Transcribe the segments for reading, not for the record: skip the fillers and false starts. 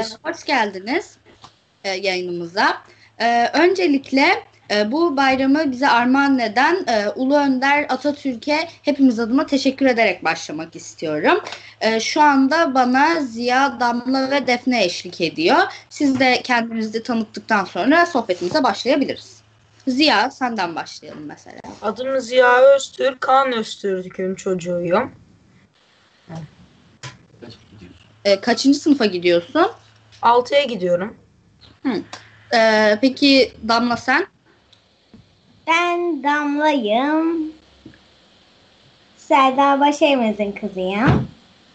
geldiniz. Hoş geldiniz yayınımıza. Öncelikle bu bayramı bize armağan eden Ulu Önder Atatürk'e hepimiz adına teşekkür ederek başlamak istiyorum. Şu anda bana Ziya, Damla ve Defne eşlik ediyor. Siz de kendinizi tanıttıktan sonra sohbetimize başlayabiliriz. Ziya, senden başlayalım mesela. Adım Ziya Öztürk, Kaan Öztürk'ün çocuğuyum. Kaçıncı sınıfa gidiyorsun? 6'ya gidiyorum. Peki Damla sen? Ben Damla'yım. Serdar Başaymaz'ın kızıyım.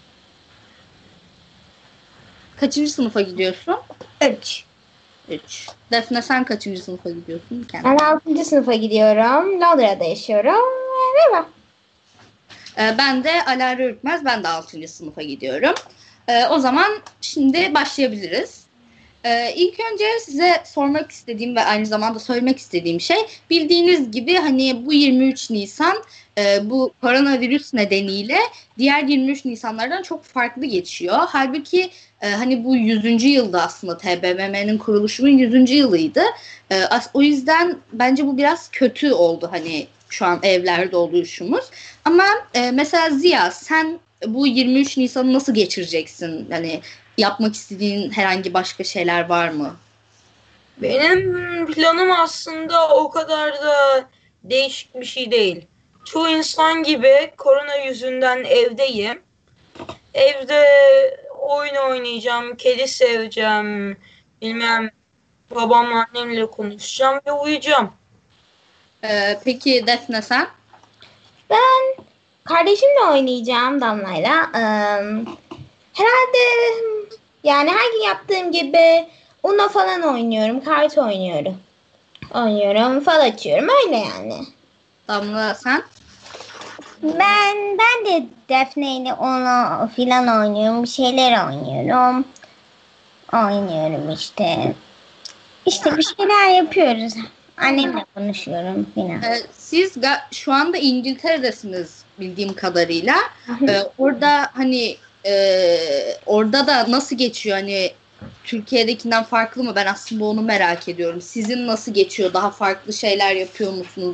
Kaçıncı sınıfa gidiyorsun? 3. 3. Defne sen kaçıncı sınıfa gidiyorsun? Ben 6. sınıfa gidiyorum. Londra'da yaşıyorum. Merhaba. Ben de Alara Ürkmez. Ben de 6. sınıfa gidiyorum. O zaman şimdi başlayabiliriz. İlk önce size sormak istediğim ve aynı zamanda söylemek istediğim şey, bildiğiniz gibi hani bu 23 Nisan bu koronavirüs nedeniyle diğer 23 Nisanlardan çok farklı geçiyor. Halbuki hani bu 100. yılda aslında TBMM'nin kuruluşunun 100. yılıydı. O yüzden bence bu biraz kötü oldu hani şu an evlerde oluşumuz. Ama mesela Ziya, sen bu 23 Nisan'ı nasıl geçireceksin? Hani yapmak istediğin herhangi başka şeyler var mı? Benim planım aslında o kadar da değişik bir şey değil. Çoğu insan gibi korona yüzünden evdeyim. Evde oyun oynayacağım, kedi seveceğim, bilmem babamla annemle konuşacağım ve uyuyacağım. Peki Defne sen? Ben kardeşimle oynayacağım Damla'yla. Herhalde yani her gün yaptığım gibi Uno falan oynuyorum. Kart oynuyorum. Fal açıyorum. Öyle yani. Damla sen? Ben de Defne ile Uno filan oynuyorum. Bir şeyler oynuyorum. Oynuyorum işte. İşte bir şeyler yapıyoruz. Annemle konuşuyorum filan. Siz şu anda İngiltere'desiniz bildiğim kadarıyla. Orada hani orada da nasıl geçiyor? Hani Türkiye'dekinden farklı mı? Ben aslında onu merak ediyorum. Sizin nasıl geçiyor? Daha farklı şeyler yapıyor musunuz?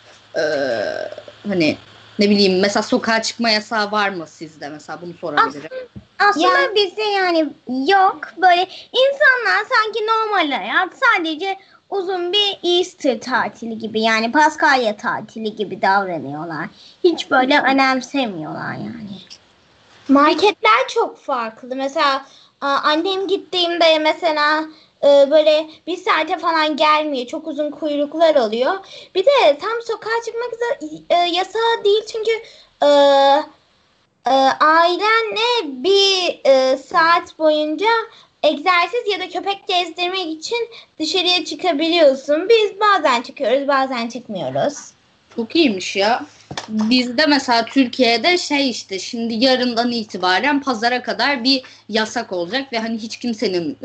Hani ne bileyim mesela sokağa çıkma yasağı var mı sizde? Mesela bunu sorabilirim. Aslında bizde yani yok. Böyle insanlar sanki normal hayat, sadece uzun bir Easter tatili gibi, yani Paskalya tatili gibi davranıyorlar. Hiç böyle önemsemiyorlar yani. Marketler çok farklı. Mesela annem gittiğimde mesela böyle bir saate falan gelmiyor. Çok uzun kuyruklar oluyor. Bir de tam sokağa çıkmak yasağı değil, çünkü ailenle bir saat boyunca egzersiz ya da köpek gezdirmek için dışarıya çıkabiliyorsun. Biz bazen çıkıyoruz, bazen çıkmıyoruz. Çok iyiymiş ya. Bizde mesela Türkiye'de işte şimdi yarından itibaren pazara kadar bir yasak olacak ve hani hiç kimsenin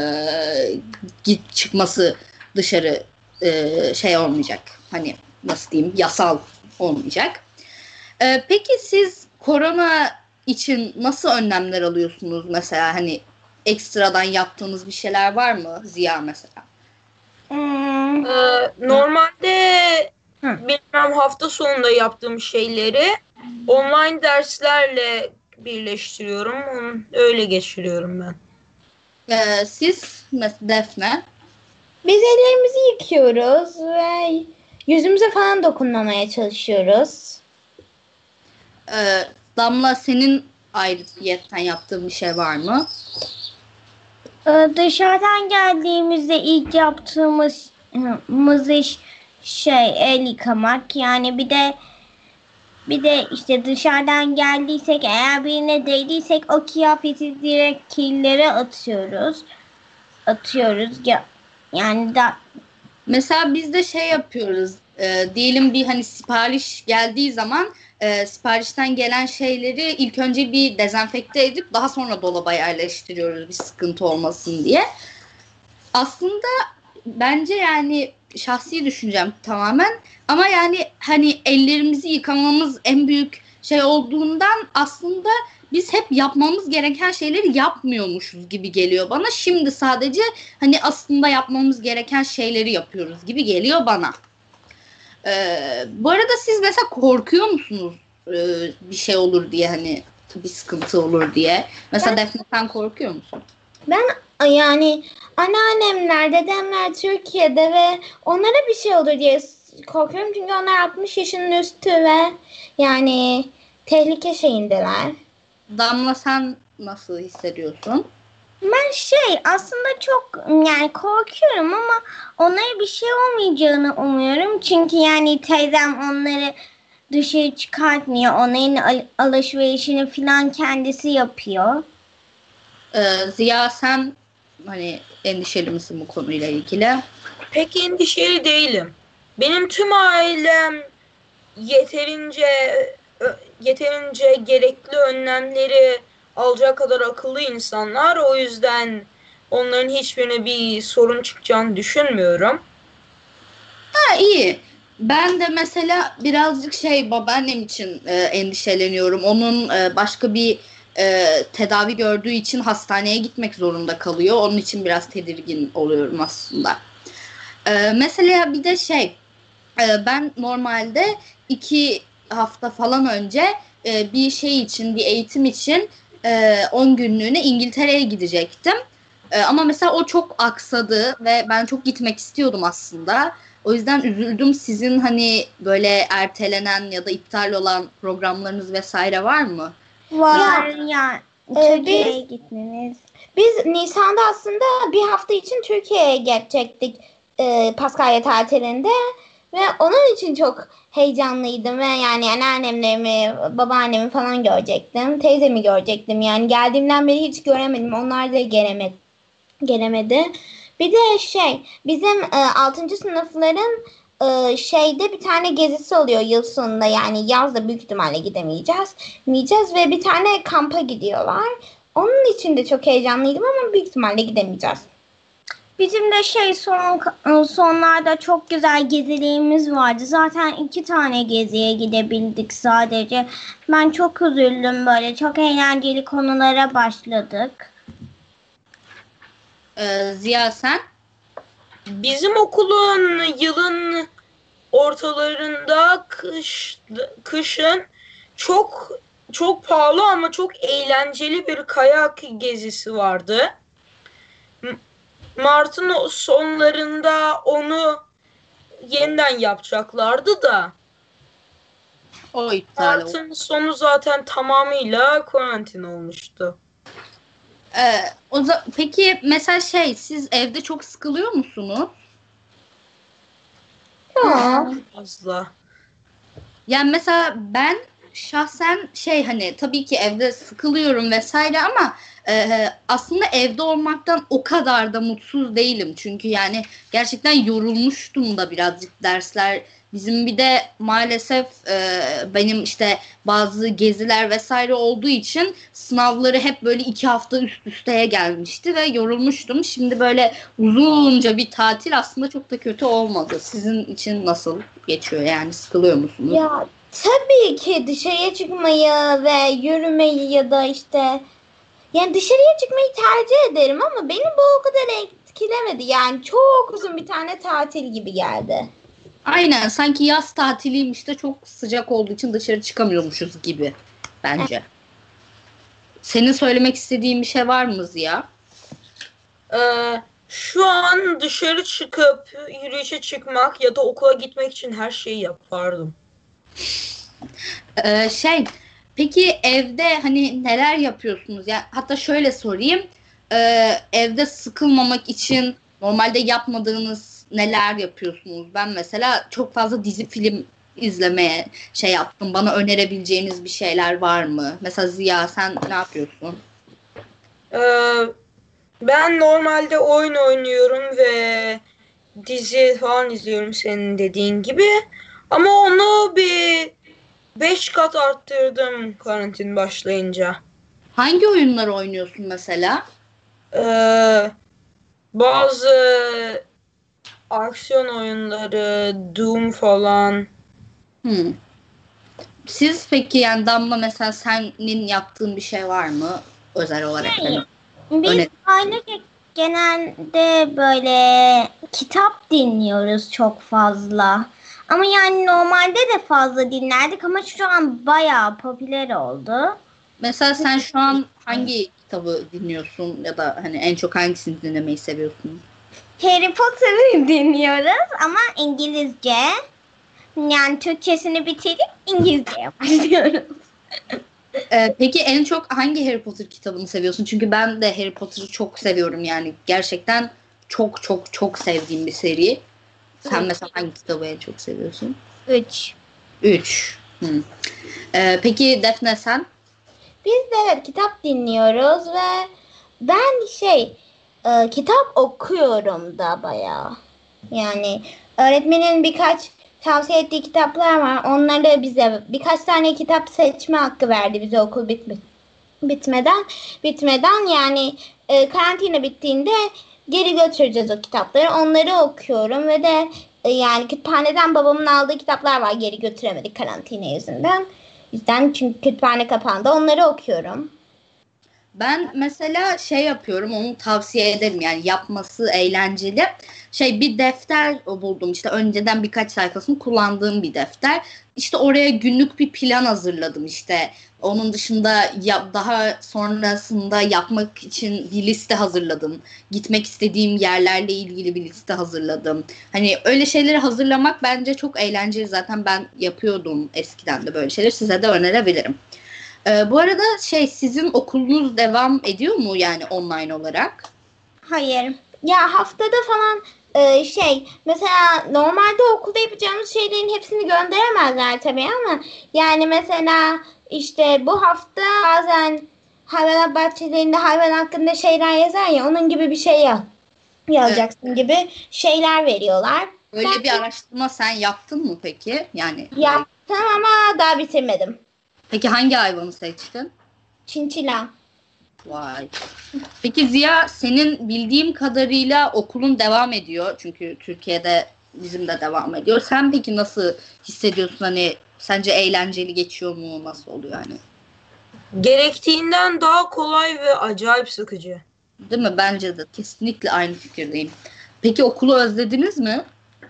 çıkması dışarı olmayacak. Hani nasıl diyeyim, yasal olmayacak. Peki siz korona için nasıl önlemler alıyorsunuz mesela, hani ekstradan yaptığınız bir şeyler var mı Ziya mesela? Normalde bilmem hafta sonunda yaptığım şeyleri online derslerle birleştiriyorum. Öyle geçiriyorum ben. Siz Defne? Biz ellerimizi yıkıyoruz ve yüzümüze falan dokunmamaya çalışıyoruz. Damla, senin ayrıyetten yaptığın bir şey var mı? Dışarıdan geldiğimizde ilk yaptığımız iş el yıkamak. Yani bir de işte dışarıdan geldiysek, eğer birine değdiysek o kıyafeti direkt kirlere atıyoruz ya. Yani da mesela biz de yapıyoruz. Diyelim bir hani sipariş geldiği zaman siparişten gelen şeyleri ilk önce bir dezenfekte edip daha sonra dolaba yerleştiriyoruz, bir sıkıntı olmasın diye. Aslında bence yani şahsi düşüncem tamamen, ama yani hani ellerimizi yıkamamız en büyük şey olduğundan aslında biz hep yapmamız gereken şeyleri yapmıyormuşuz gibi geliyor bana. Şimdi sadece hani aslında yapmamız gereken şeyleri yapıyoruz gibi geliyor bana. Bu arada siz mesela korkuyor musunuz bir şey olur diye, hani bir sıkıntı olur diye? Mesela Defne, sen korkuyor musun? Ben yani anneannemler, dedemler Türkiye'de ve onlara bir şey olur diye korkuyorum. Çünkü onlar 60 yaşının üstü ve yani tehlike şeyindeler. Damla, sen nasıl hissediyorsun? Ben aslında çok yani korkuyorum ama onlara bir şey olmayacağını umuyorum. Çünkü yani teyzem onları dışarı çıkartmıyor. Onların alışverişini falan kendisi yapıyor. Ziya, sen hani endişeli misin bu konuyla ilgili? Pek endişeli değilim. Benim tüm ailem yeterince gerekli önlemleri alacak kadar akıllı insanlar. O yüzden onların hiçbirine bir sorun çıkacağını düşünmüyorum. Ha, iyi. Ben de mesela birazcık babaannem için endişeleniyorum. Onun başka bir tedavi gördüğü için hastaneye gitmek zorunda kalıyor. Onun için biraz tedirgin oluyorum aslında. Mesela bir de ben normalde 2 hafta falan önce bir bir eğitim için 10 günlüğüne İngiltere'ye gidecektim. Ama mesela o çok aksadı ve ben çok gitmek istiyordum aslında. O yüzden üzüldüm. Sizin hani böyle ertelenen ya da iptal olan programlarınız vesaire var mı? Var ya Türkiye'ye gitmemiz. Biz Nisan'da aslında bir hafta için Türkiye'ye geçecektik Paskalya tatilinde ve onun için çok heyecanlıydım ve yani anneannemlerimi, babaannemi falan görecektim. Teyzemi görecektim. Yani geldiğimden beri hiç göremedim. Onlar da gelemedi. Bir de bizim 6. sınıfların şeyde bir tane gezisi oluyor yıl sonunda, yani yazda büyük ihtimalle gidemeyeceğiz ve bir tane kampa gidiyorlar. Onun için de çok heyecanlıydım ama büyük ihtimalle gidemeyeceğiz. Bizim de sonlarda çok güzel gezilerimiz vardı. Zaten 2 tane geziye gidebildik sadece. Ben çok üzüldüm, böyle çok eğlenceli konulara başladık. Ziya, sen? Bizim okulun yılın ortalarında kışın çok pahalı ama çok eğlenceli bir kayak gezisi vardı. Mart'ın sonlarında onu yeniden yapacaklardı da O iptal oldu. Mart'ın sonu zaten tamamıyla karantin olmuştu. Peki mesela siz evde çok sıkılıyor musunuz? Fazla. Yani mesela ben şahsen hani tabii ki evde sıkılıyorum vesaire ama aslında evde olmaktan o kadar da mutsuz değilim. Çünkü yani gerçekten yorulmuştum da birazcık dersler. Bizim bir de maalesef benim bazı geziler vesaire olduğu için sınavları hep böyle 2 hafta üst üsteye gelmişti ve yorulmuştum. Şimdi böyle uzunca bir tatil aslında çok da kötü olmadı. Sizin için nasıl geçiyor, yani sıkılıyor musunuz? Ya tabii ki dışarıya çıkmayı ve yürümeyi ya da yani dışarıya çıkmayı tercih ederim ama beni bu o kadar etkilemedi. Yani çok uzun bir tane tatil gibi geldi. Aynen, sanki yaz tatiliymiş de çok sıcak olduğu için dışarı çıkamıyormuşuz gibi bence. Senin söylemek istediğin bir şey var mı Ziya? Şu an dışarı çıkıp yürüyüşe çıkmak ya da okula gitmek için her şeyi yapardım. Peki evde hani neler yapıyorsunuz? Yani hatta şöyle sorayım. Evde sıkılmamak için normalde yapmadığınız neler yapıyorsunuz? Ben mesela çok fazla dizi film izlemeye yaptım. Bana önerebileceğiniz bir şeyler var mı? Mesela Ziya, sen ne yapıyorsun? Ben normalde oyun oynuyorum ve dizi falan izliyorum senin dediğin gibi. Ama onu bir 5 kat arttırdım karantin başlayınca. Hangi oyunları oynuyorsun mesela? Bazı aksiyon oyunları, Doom falan. Siz peki yani Damla mesela senin yaptığın bir şey var mı özel olarak? Biz Öyle. ailece genelde böyle kitap dinliyoruz çok fazla. Ama yani normalde de fazla dinlerdik ama şu an bayağı popüler oldu. Mesela sen şu an hangi kitabı dinliyorsun ya da hani en çok hangisini dinlemeyi seviyorsun? Harry Potter'ı dinliyoruz ama İngilizce. Yani Türkçesini bitirip İngilizceye başlıyoruz. Peki en çok hangi Harry Potter kitabını seviyorsun? Çünkü ben de Harry Potter'ı çok seviyorum yani gerçekten çok çok çok sevdiğim bir seri. Sen mesela hangi kitabı en çok seviyorsun? 3. 3. Peki Defne sen? Biz de evet kitap dinliyoruz ve ben kitap okuyorum da bayağı. Yani öğretmenin birkaç tavsiye ettiği kitaplar var. Onları bize birkaç tane kitap seçme hakkı verdi bize okul bitmeden yani karantina bittiğinde geri götüreceğiz o kitapları. Onları okuyorum ve de yani kütüphaneden babamın aldığı kitaplar var. Geri götüremedik karantina yüzünden. Yüzden çünkü kütüphane kapandı. Onları okuyorum. Ben mesela şey yapıyorum, onu tavsiye ederim yani yapması eğlenceli. Bir defter buldum işte önceden birkaç sayfasını kullandığım bir defter. İşte oraya günlük bir plan hazırladım işte. Onun dışında daha sonrasında yapmak için bir liste hazırladım. Gitmek istediğim yerlerle ilgili bir liste hazırladım. Hani öyle şeyleri hazırlamak bence çok eğlenceli. Zaten ben yapıyordum eskiden de böyle şeyler. Size de önerebilirim. Bu arada sizin okulunuz devam ediyor mu yani online olarak? Hayır. Ya haftada falan mesela normalde okulda yapacağımız şeylerin hepsini gönderemezler tabii ama yani mesela işte bu hafta bazen hayvanat bahçelerinde hayvan hakkında şeyler yazar ya onun gibi bir şey yazacaksın gibi şeyler veriyorlar. Öyle bir araştırma sen yaptın mı peki? Yani yaptım ama daha bitirmedim. peki hangi hayvanı seçtin? Çinçila. Vay. Peki Ziya senin bildiğim kadarıyla okulun devam ediyor. Çünkü Türkiye'de bizim de devam ediyor. Sen peki nasıl hissediyorsun? Hani sence eğlenceli geçiyor mu? Nasıl oluyor yani? Gerektiğinden daha kolay ve acayip sıkıcı. Değil mi? Bence de kesinlikle aynı fikirdeyim. Peki okulu özlediniz mi?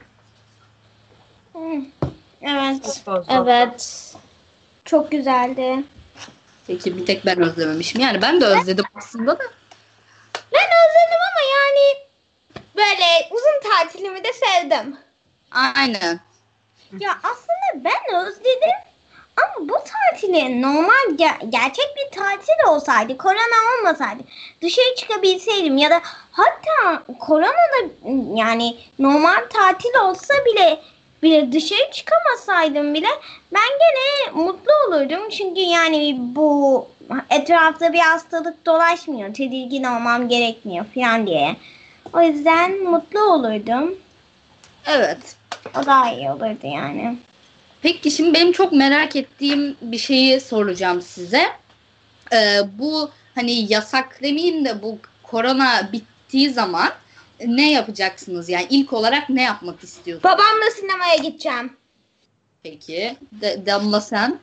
Evet. Çok fazla. Evet. Çok güzeldi. Peki bir tek ben özlememişim. Yani ben de özledim aslında da. Ben özledim ama yani böyle uzun tatilimi de sevdim. Aynen. Ya aslında ben özledim ama bu tatili normal gerçek bir tatil olsaydı, korona olmasaydı, dışarı çıkabilseydim ya da hatta korona da yani normal tatil olsa bile dışarı çıkamasaydım bile ben gene mutlu olurdum. Çünkü yani bu etrafta bir hastalık dolaşmıyor. Tedirgin olmam gerekmiyor falan diye. O yüzden mutlu olurdum. Evet. O daha iyi olurdu yani. Peki şimdi benim çok merak ettiğim bir şeyi soracağım size. Bu hani yasak demeyeyim de bu korona bittiği zaman ne yapacaksınız? Yani ilk olarak ne yapmak istiyorsunuz? Babamla sinemaya gideceğim. Peki. Damla sen?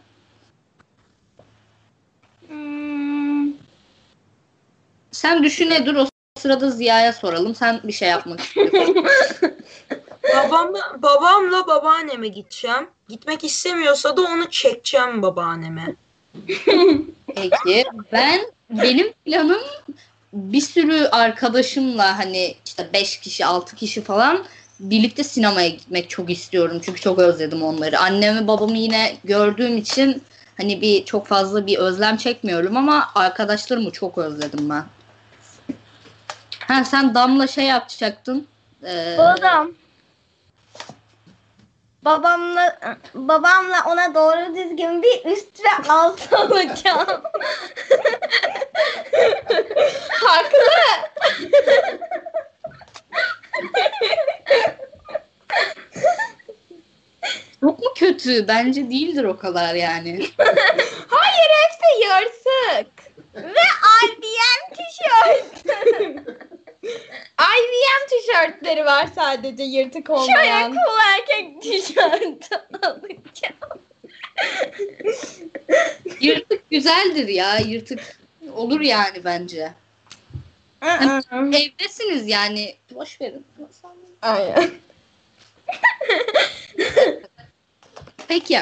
Sen düşüne dur o sırada Ziya'ya soralım. Sen bir şey yapmak istiyorsun. Babamla babaanneme gideceğim. Gitmek istemiyorsa da onu çekeceğim babaanneme. Peki. Benim planım bir sürü arkadaşımla hani işte 5 kişi 6 kişi falan birlikte sinemaya gitmek çok istiyorum. Çünkü çok özledim onları. Annemi babamı yine gördüğüm için hani çok fazla bir özlem çekmiyorum ama arkadaşlarımı çok özledim ben. Sen Damla yapacaktın. Buldum. Babamla ona doğru düzgün bir üst ve alt alacağım. Haklı. Çok mu kötü? Bence değildir o kadar yani. Hayır hepsi yırtık. Ve IBM tişört. IBM tişörtleri var sadece yırtık olmayan. Şöyle cool erkek tişört alacağım. Yırtık güzeldir ya. Yırtık olur yani bence. Hani evdesiniz yani. Boş verin. Aynen. Peki.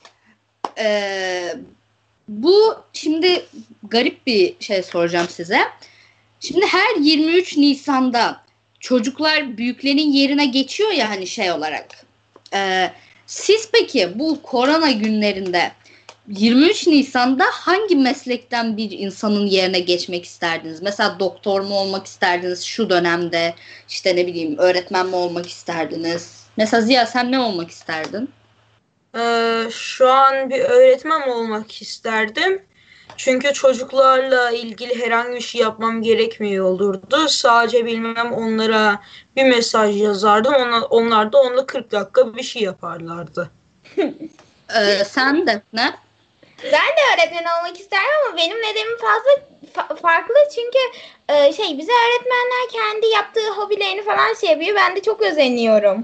Bu şimdi garip bir şey soracağım size. Şimdi her 23 Nisan'da çocuklar büyüklerin yerine geçiyor ya hani şey olarak. Siz peki bu korona günlerinde 23 Nisan'da hangi meslekten bir insanın yerine geçmek isterdiniz? Mesela doktor mu olmak isterdiniz şu dönemde? İşte ne bileyim öğretmen mi olmak isterdiniz? Mesela Ziya sen ne olmak isterdin? Şu an bir öğretmen olmak isterdim. Çünkü çocuklarla ilgili herhangi bir şey yapmam gerekmiyor olurdu. Sadece bilmem onlara bir mesaj yazardım. Onlar da onunla 40 dakika bir şey yaparlardı. Sen de ne? Ben de öğretmen olmak isterdim ama benim nedenim farklı çünkü bize öğretmenler kendi yaptığı hobilerini falan şey yapıyor. Ben de çok özeniyorum.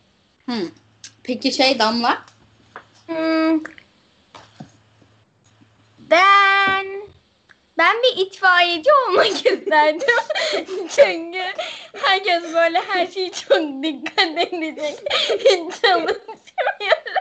Peki Damla? Ben bir itfaiyeci olmak isterdim. Çünkü herkes böyle her şeyi çok dikkat edecek. Hiç çalışmıyor.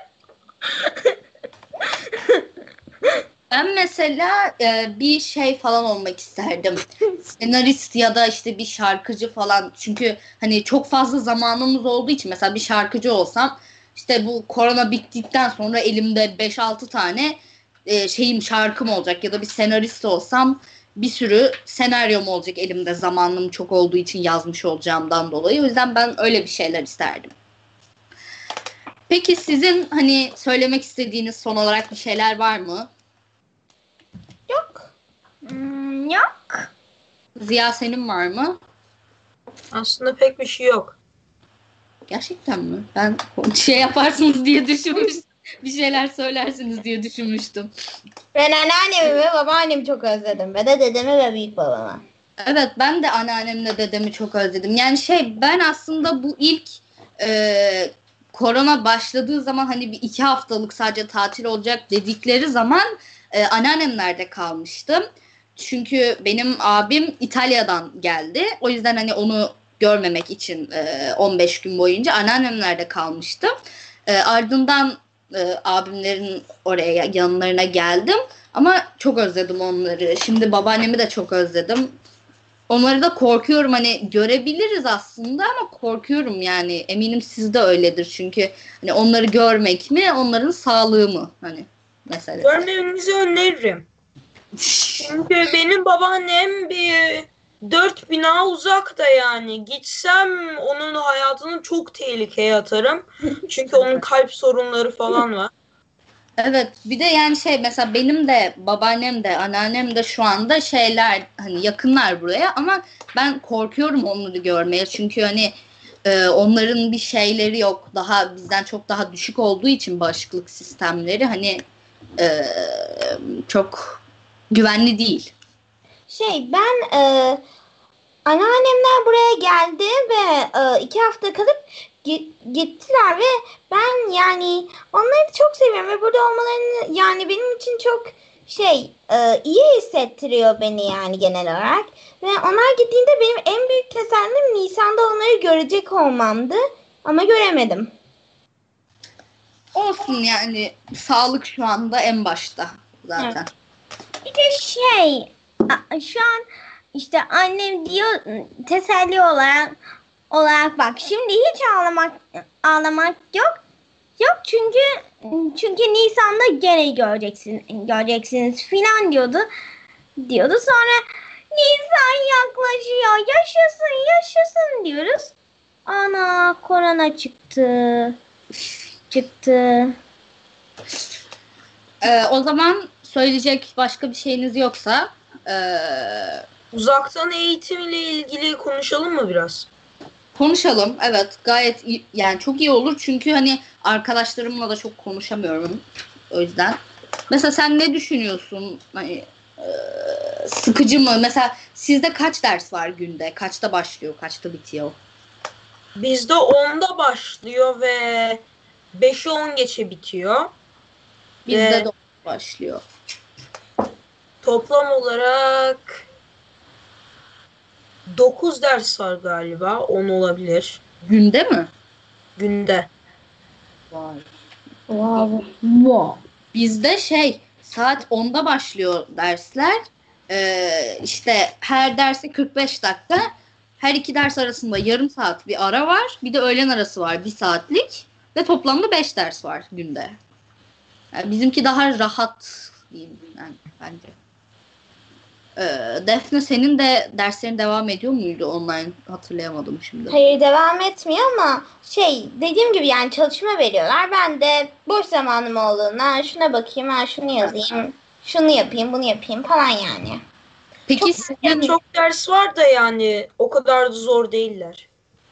Ben mesela bir şey falan olmak isterdim. Senarist ya da işte bir şarkıcı falan. Çünkü hani çok fazla zamanımız olduğu için mesela bir şarkıcı olsam işte bu korona bittikten sonra elimde 5-6 tane şarkım olacak ya da bir senarist olsam bir sürü senaryom olacak elimde zamanım çok olduğu için yazmış olacağımdan dolayı. O yüzden ben öyle bir şeyler isterdim. Peki sizin hani söylemek istediğiniz son olarak bir şeyler var mı? Yok. Yok. Ziya senin var mı? Aslında pek bir şey yok. Gerçekten mi? Ben şey yaparsınız diye düşünmüştüm. Bir şeyler söylersiniz diye düşünmüştüm. Ben anneannemi ve babaannemi çok özledim. Ve de dedemi ve büyük babamı. Evet ben de anneannemle dedemi çok özledim. Yani ben aslında bu ilk korona başladığı zaman hani bir 2 haftalık sadece tatil olacak dedikleri zaman anneannemlerde kalmıştım. Çünkü benim abim İtalya'dan geldi. O yüzden hani onu görmemek için 15 gün boyunca anneannemlerde kalmıştım. Ardından abimlerin oraya yanlarına geldim. Ama çok özledim onları. Şimdi babaannemi de çok özledim. Onları da korkuyorum hani görebiliriz aslında ama korkuyorum yani. Eminim siz de öyledir çünkü hani onları görmek mi onların sağlığı mı hani mesela. Görmenizi öneririm. Çünkü benim babaannem bir 4 bina uzakta yani. Gitsem onun hayatını çok tehlikeye atarım. Çünkü onun kalp sorunları falan var. Evet bir de yani mesela benim de babaannem de anneannem de şu anda hani yakınlar buraya ama ben korkuyorum onları görmeye çünkü hani onların bir şeyleri yok daha bizden çok daha düşük olduğu için bağışıklık sistemleri hani çok güvenli değil. Ben anneannemler buraya geldi ve 2 hafta kalıp gittiler ve ben yani onları çok seviyorum ve burada olmalarını yani benim için çok iyi hissettiriyor beni yani genel olarak. Ve onlar gittiğinde benim en büyük tesellim Nisan'da onları görecek olmamdı ama göremedim. Olsun yani sağlık şu anda en başta zaten. Bir de şu an işte annem diyor teselli olarak bak şimdi hiç ağlamak yok çünkü Nisan'da gene göreceksiniz filan diyordu sonra Nisan yaklaşıyor yaşasın diyoruz. Ana korona çıktı. O zaman söyleyecek başka bir şeyiniz yoksa Uzaktan eğitimle ilgili konuşalım mı biraz? konuşalım. Evet gayet iyi, yani çok iyi olur çünkü hani arkadaşlarımla da çok konuşamıyorum o yüzden. Mesela sen ne düşünüyorsun? Hani, sıkıcı mı? Mesela sizde kaç ders var günde? Kaçta başlıyor? Kaçta bitiyor? Bizde 10'da başlıyor ve 5'i 10 geçe bitiyor. Bizde Ve de başlıyor. toplam olarak 9 ders var galiba. 10 olabilir. Günde mi? Günde. Vay. Wow. Bizde saat 10'da başlıyor dersler. İşte her dersi 45 dakika. Her iki ders arasında yarım saat bir ara var. Bir de öğlen arası var 1 saatlik. Ve toplamda 5 ders var günde. Yani bizimki daha rahat diyeyim yani bence. Defne senin de derslerin devam ediyor muydu online? Hatırlayamadım şimdi. Hayır, devam etmiyor ama dediğim gibi yani çalışma veriyorlar. Ben de boş zamanım olduğunda şuna bakayım, şunu yazayım, şunu yapayım, bunu yapayım falan yani. Peki Çok ders var da yani o kadar da zor değiller.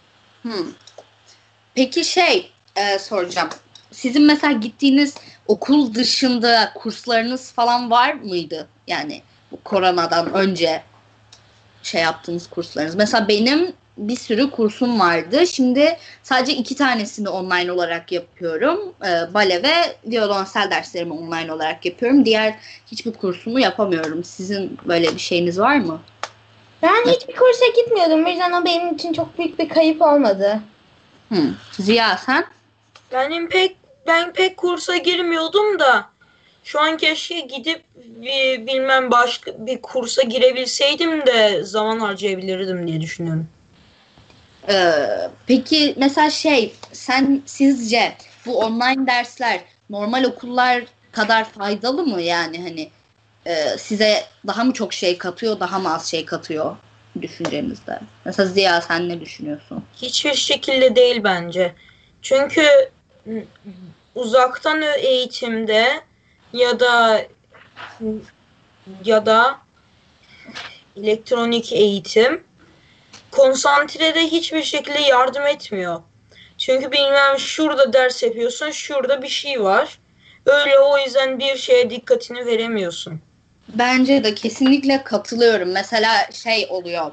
Peki soracağım. Sizin mesela gittiğiniz okul dışında kurslarınız falan var mıydı? Yani bu koronadan önce yaptığınız kurslarınız. Mesela benim bir sürü kursum vardı. Şimdi sadece 2 tanesini online olarak yapıyorum. Bale ve violonsel derslerimi online olarak yapıyorum. Diğer hiçbir kursumu yapamıyorum. Sizin böyle bir şeyiniz var mı? Ben hiçbir kursa gitmiyordum. O yüzden o benim için çok büyük bir kayıp olmadı. Ziya sen? Ben pek kursa girmiyordum da şu an keşke gidip bilmem başka bir kursa girebilseydim de zaman harcayabilirdim diye düşünüyorum. Peki mesela sizce bu online dersler normal okullar kadar faydalı mı? Yani hani size daha mı çok şey katıyor, daha mı az şey katıyor düşüncenizde? Mesela Ziya sen ne düşünüyorsun? Hiçbir şekilde değil bence. Çünkü uzaktan eğitimde ya da elektronik eğitim konsantrede hiçbir şekilde yardım etmiyor. Çünkü bilmem şurada ders yapıyorsun, şurada bir şey var. Öyle o yüzden bir şeye dikkatini veremiyorsun. Bence de kesinlikle katılıyorum. Mesela oluyor.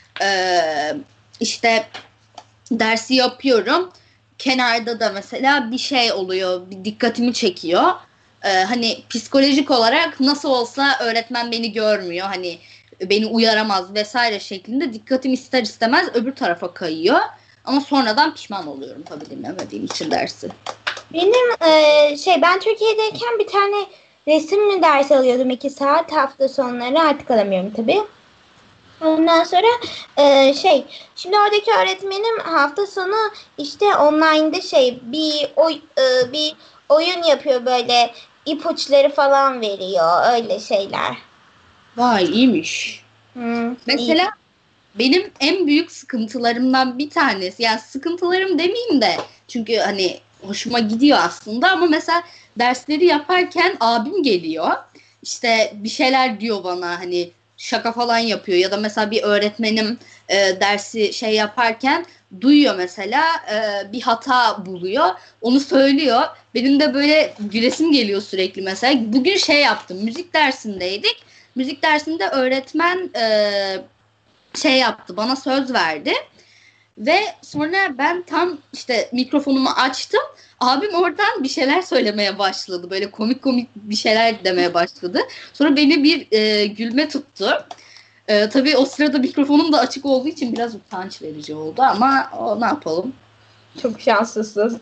İşte dersi yapıyorum. Kenarda da mesela bir şey oluyor. Bir dikkatimi çekiyor. Hani psikolojik olarak nasıl olsa öğretmen beni görmüyor. Hani beni uyaramaz vesaire şeklinde dikkatim ister istemez öbür tarafa kayıyor. Ama sonradan pişman oluyorum tabii dinlemediğim için dersi. Benim ben Türkiye'deyken bir tane resim dersi alıyordum 2 saat hafta sonları, artık alamıyorum tabii. Ondan sonra şimdi oradaki öğretmenim hafta sonu işte online'da bir oyun yapıyor, böyle ipuçları falan veriyor, öyle şeyler. Vay iyiymiş. Mesela benim en büyük sıkıntılarımdan bir tanesi, yani sıkıntılarım demeyeyim de çünkü hani hoşuma gidiyor aslında, ama mesela dersleri yaparken abim geliyor, işte bir şeyler diyor bana, hani şaka falan yapıyor ya da mesela bir öğretmenim dersi yaparken duyuyor mesela, bir hata buluyor, onu söylüyor, benim de böyle gülesim geliyor sürekli. Mesela bugün yaptım, müzik dersindeydik, müzik dersinde öğretmen yaptı, bana söz verdi ve sonra ben tam işte mikrofonumu açtım, abim oradan bir şeyler söylemeye başladı, böyle komik komik bir şeyler demeye başladı, sonra beni bir gülme tuttu. Tabii o sırada mikrofonum da açık olduğu için biraz utanç verici oldu, ama ne yapalım. Çok şanslısın.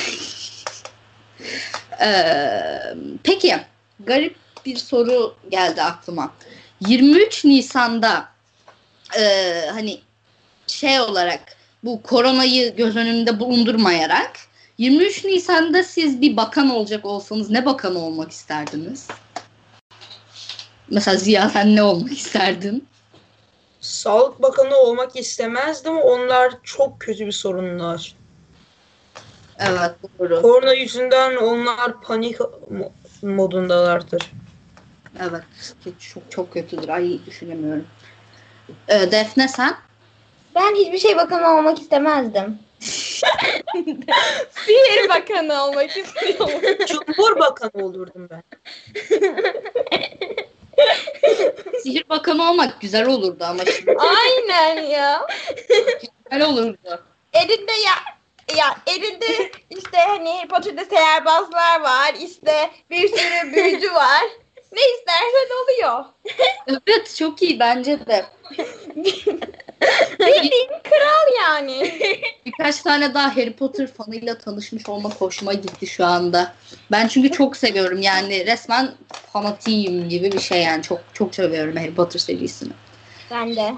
Peki garip bir soru geldi aklıma. 23 Nisan'da hani olarak, bu koronayı göz önünde bulundurmayarak 23 Nisan'da siz bir bakan olacak olsanız ne bakanı olmak isterdiniz? Mesela Ziya sen ne olmak isterdin? Sağlık Bakanı olmak istemezdim. Onlar çok kötü bir sorunlar. Evet, doğru. Korona yüzünden onlar panik modundalardır. Evet, çok çok kötüdür. Ay, düşünemiyorum. Defne sen? Ben hiçbir şey bakanı olmak istemezdim. Sihir bakanı olmak istiyorum. Cumhurbakanı olurdum ben. Sihir bakanı olmak güzel olurdu ama şimdi. Aynen ya. Güzel olurdu. ya elinde işte hani Harry Potter'da seherbazlar var. İşte bir sürü büyücü var. Ne istersen oluyor. Evet, çok iyi bence de. Bildiğin kral yani. Birkaç tane daha Harry Potter fanıyla tanışmış olmak hoşuma gitti şu anda. Ben çünkü çok seviyorum, yani resmen fanatiyim gibi bir şey, yani çok çok seviyorum Harry Potter serisini. Ben de.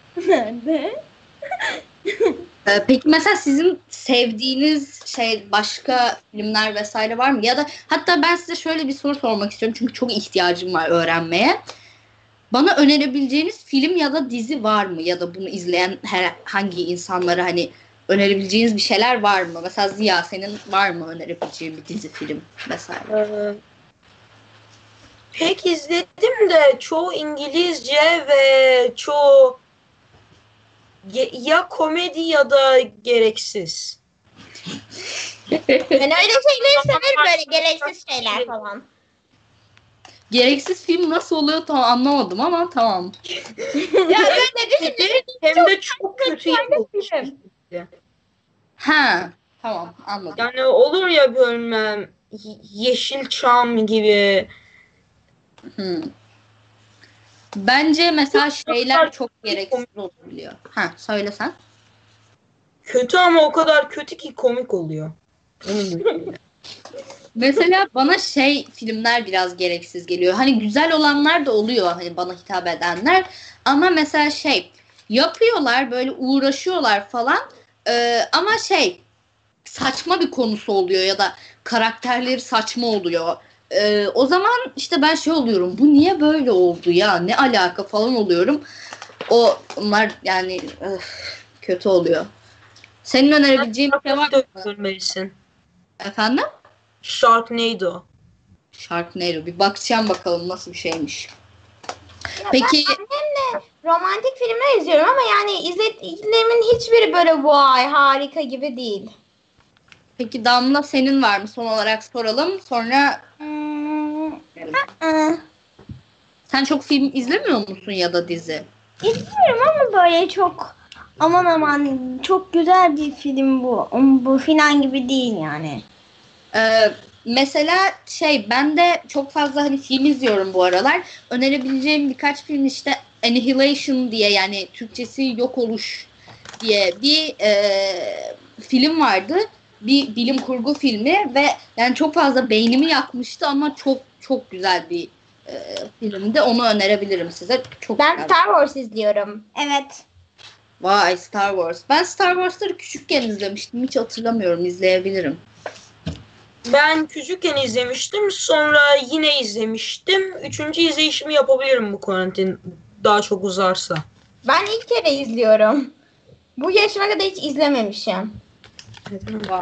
Peki mesela sizin sevdiğiniz başka filmler vesaire var mı? Ya da hatta ben size şöyle bir soru sormak istiyorum çünkü çok ihtiyacım var öğrenmeye. Bana önerebileceğiniz film ya da dizi var mı? Ya da bunu izleyen herhangi insanlara hani önerebileceğiniz bir şeyler var mı? Mesela Ziya, senin var mı önerebileceğin bir dizi, film vesaire? Pek izledim de çoğu İngilizce ve çoğu ya komedi ya da gereksiz. Ben öyle şeyleri severim, böyle gereksiz şeyler falan. Gereksiz film nasıl oluyor tam anlamadım ama tamam. Ya ben de düşündüm. Hem de çok kötü yapılmış. Ha, tamam, anladım. Yani olur ya böyle Yeşilçam gibi. Bence mesela şeyler çok gereksiz olabiliyor. Ha, söylesen. Kötü ama o kadar kötü ki komik oluyor. Mesela bana filmler biraz gereksiz geliyor. Hani güzel olanlar da oluyor, hani bana hitap edenler. Ama mesela yapıyorlar, böyle uğraşıyorlar falan. Ama saçma bir konusu oluyor ya da karakterleri saçma oluyor. O zaman işte ben oluyorum. Bu niye böyle oldu ya? Ne alaka falan oluyorum. Onlar yani kötü oluyor. Senin önerebileceğin bir şey var mı? Görmelisin. Efendim? Sharknado. Sharknado. Bir bakacağım bakalım nasıl bir şeymiş. Ya Peki. ben annemle romantik filmler izliyorum ama yani izlediklerimin hiçbiri böyle vay harika gibi değil. Peki Damla, senin var mı? Son olarak soralım. Sonra sen çok film izlemiyor musun ya da dizi? İzliyorum ama böyle çok aman çok güzel bir film bu filan gibi değil yani. Mesela ben de çok fazla hani film izliyorum bu aralar. Önerebileceğim birkaç film işte Annihilation diye, yani Türkçesi Yok Oluş diye bir film vardı. Bir bilim kurgu filmi ve yani çok fazla beynimi yakmıştı ama çok çok güzel bir filmdi. Onu önerebilirim size. Çok Ben güzel. Star Wars izliyorum. Evet. Vay, Star Wars. Ben Star Wars'ları küçükken izlemiştim. Hiç hatırlamıyorum. İzleyebilirim. Ben küçükken izlemiştim. Sonra yine izlemiştim. Üçüncü izleyişimi yapabilirim bu karantin daha çok uzarsa. Ben ilk kere izliyorum. Bu yaşıma kadar hiç izlememişim. Vay.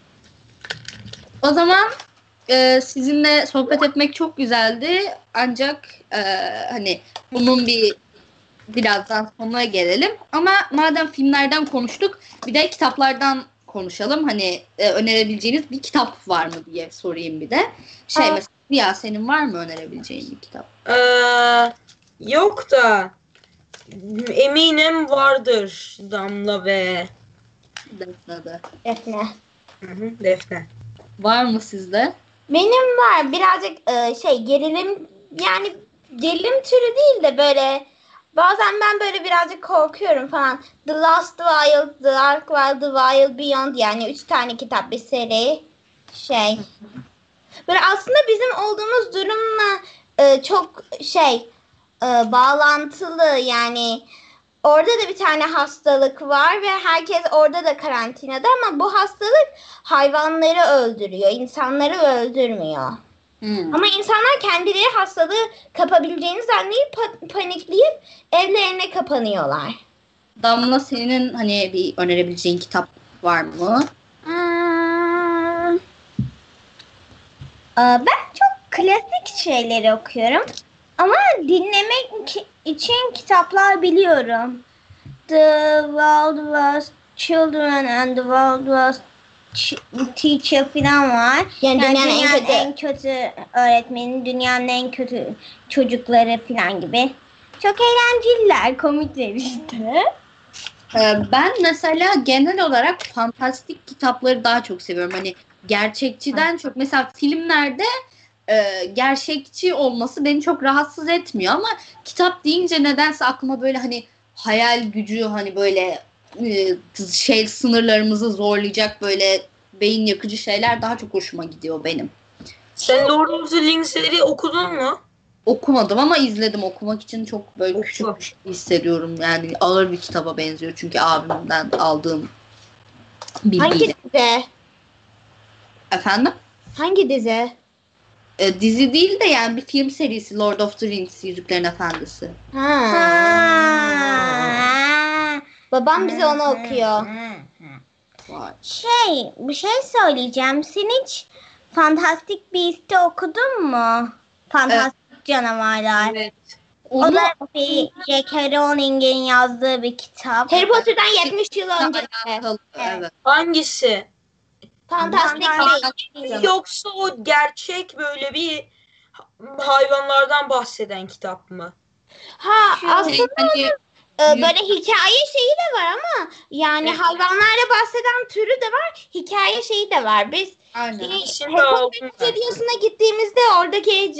O zaman sizinle sohbet etmek çok güzeldi. Ancak hani bunun birazdan sonuna gelelim. Ama madem filmlerden konuştuk, bir de kitaplardan konuşalım. Hani önerebileceğiniz bir kitap var mı diye sorayım bir de. Mesela ya senin var mı önerebileceğin bir kitap? Yok da eminim vardır Damla ve Defne'de. Defne. Defne. Var mı sizde? Benim var birazcık gerilim, yani gerilim türü değil de böyle bazen ben böyle birazcık korkuyorum falan. The Last Wild, The Dark Wild, The Wild Beyond, yani 3 tane kitap bir seri. Böyle aslında bizim olduğumuz durumla çok bağlantılı, yani orada da bir tane hastalık var ve herkes orada da karantinada ama bu hastalık hayvanları öldürüyor, insanları öldürmüyor. Ama insanlar kendileri hastalığı kapabileceğini zannedip panikleyip evlerine kapanıyorlar. Damla, senin hani bir önerebileceğin kitap var mı? Ben çok klasik şeyleri okuyorum. Ama dinlemek için kitaplar biliyorum. The World Was Children and the World Was Teacher falan var. Yani dünyanın en kötü öğretmeni, dünyanın en kötü çocukları falan gibi. Çok eğlenceliler, komikler işte. Ben mesela genel olarak fantastik kitapları daha çok seviyorum. Hani gerçekçiden çok, mesela filmlerde gerçekçi olması beni çok rahatsız etmiyor ama kitap deyince nedense aklıma böyle hani hayal gücü, hani böyle sınırlarımızı zorlayacak böyle beyin yakıcı şeyler daha çok hoşuma gidiyor benim. Sen Lord of the Rings'leri okudun mu? Okumadım ama izledim. Okumak için çok böyle Oku. küçük bir şey hissediyorum. Yani ağır bir kitaba benziyor çünkü abimden aldığım Hangi bilgiyle. dizi? Efendim? Hangi dizi? Dizi değil de yani bir film serisi, Lord of the Rings, Yüzüklerin Efendisi. Ha. Babam bize onu okuyor. Vay. Bir şey söyleyeceğim. Sen hiç Fantastic Beast'i okudun mu? Fantastik Canavarlar. Evet. O Onu da bir J.K. Rowling'in yazdığı bir kitap. Harry Potter'dan 70 yıl önce. alakalı, evet. Hangisi? Fantastik Fantastic Yoksa o gerçek böyle bir hayvanlardan bahseden kitap mı? Ha aslında Hani böyle hikaye şeyi de var ama yani Evet. hayvanlarla bahseden türü de var, hikaye şeyi de var. Biz aynen. İkisini de Harry aldım Potter ben. Stüdyosu'na gittiğimizde oradaki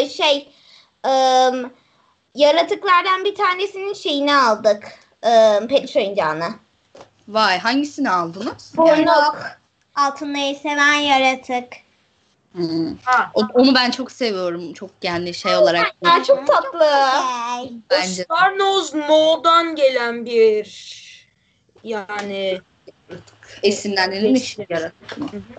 yaratıklardan bir tanesinin şeyini aldık. Peluş oyuncağını. Vay, hangisini aldınız? Boynuk. Altınları seven yaratık. Hmm. Ha. Onu ben çok seviyorum. Çok yani şey olarak. Ya, çok tatlı. Okay. Bence. Star-Noz No'dan gelen bir yani Esinlenilmiş Kesin. yaratık mı? Hı hı.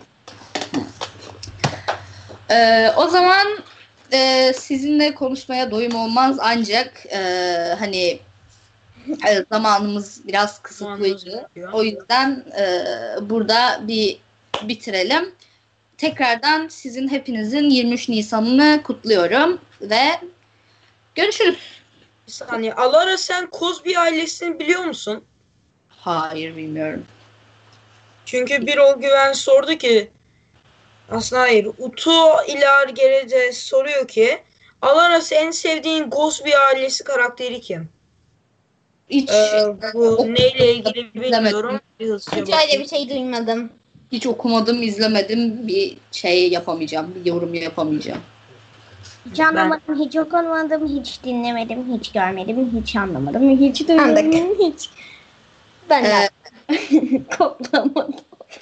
O zaman sizinle konuşmaya doyum olmaz ancak hani zamanımız biraz kısıtlıydı. Zamanımız bitiyor. O yüzden burada bir bitirelim. Tekrardan sizin hepinizin 23 Nisan'ını kutluyorum ve görüşürüz. bir saniye. Alara, sen Cosby ailesini biliyor musun? Hayır, bilmiyorum. Çünkü Birol Güven sordu ki, aslında hayır, Utu İlarger'e soruyor ki, Alara, en sevdiğin Cosby ailesi karakteri kim? Hiç Bu neyle ilgili bilmiyorum. İzlemedim. Bir hızlıca Hiç bakayım. öyle bir şey duymadım. hiç okumadım, izlemedim. Bir şey yapamayacağım, bir yorum yapamayacağım. Hiç anlamadım, hiç okumadım, hiç dinlemedim, hiç görmedim, hiç anlamadım, hiç duymadım, hiç Ben de. koklamadım.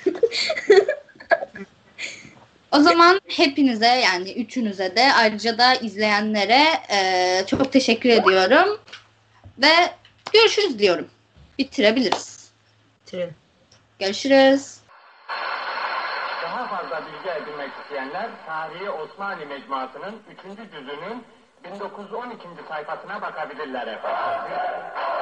O zaman hepinize, yani üçünüze de, ayrıca da izleyenlere çok teşekkür ediyorum. Ve görüşürüz diyorum. Bitirebiliriz. Bitirelim. Görüşürüz. Daha fazla bilgi edinmek isteyenler Tarihi Osmanlı Mecmuası'nın 3. cüzünün 1912. sayfasına bakabilirler efendim.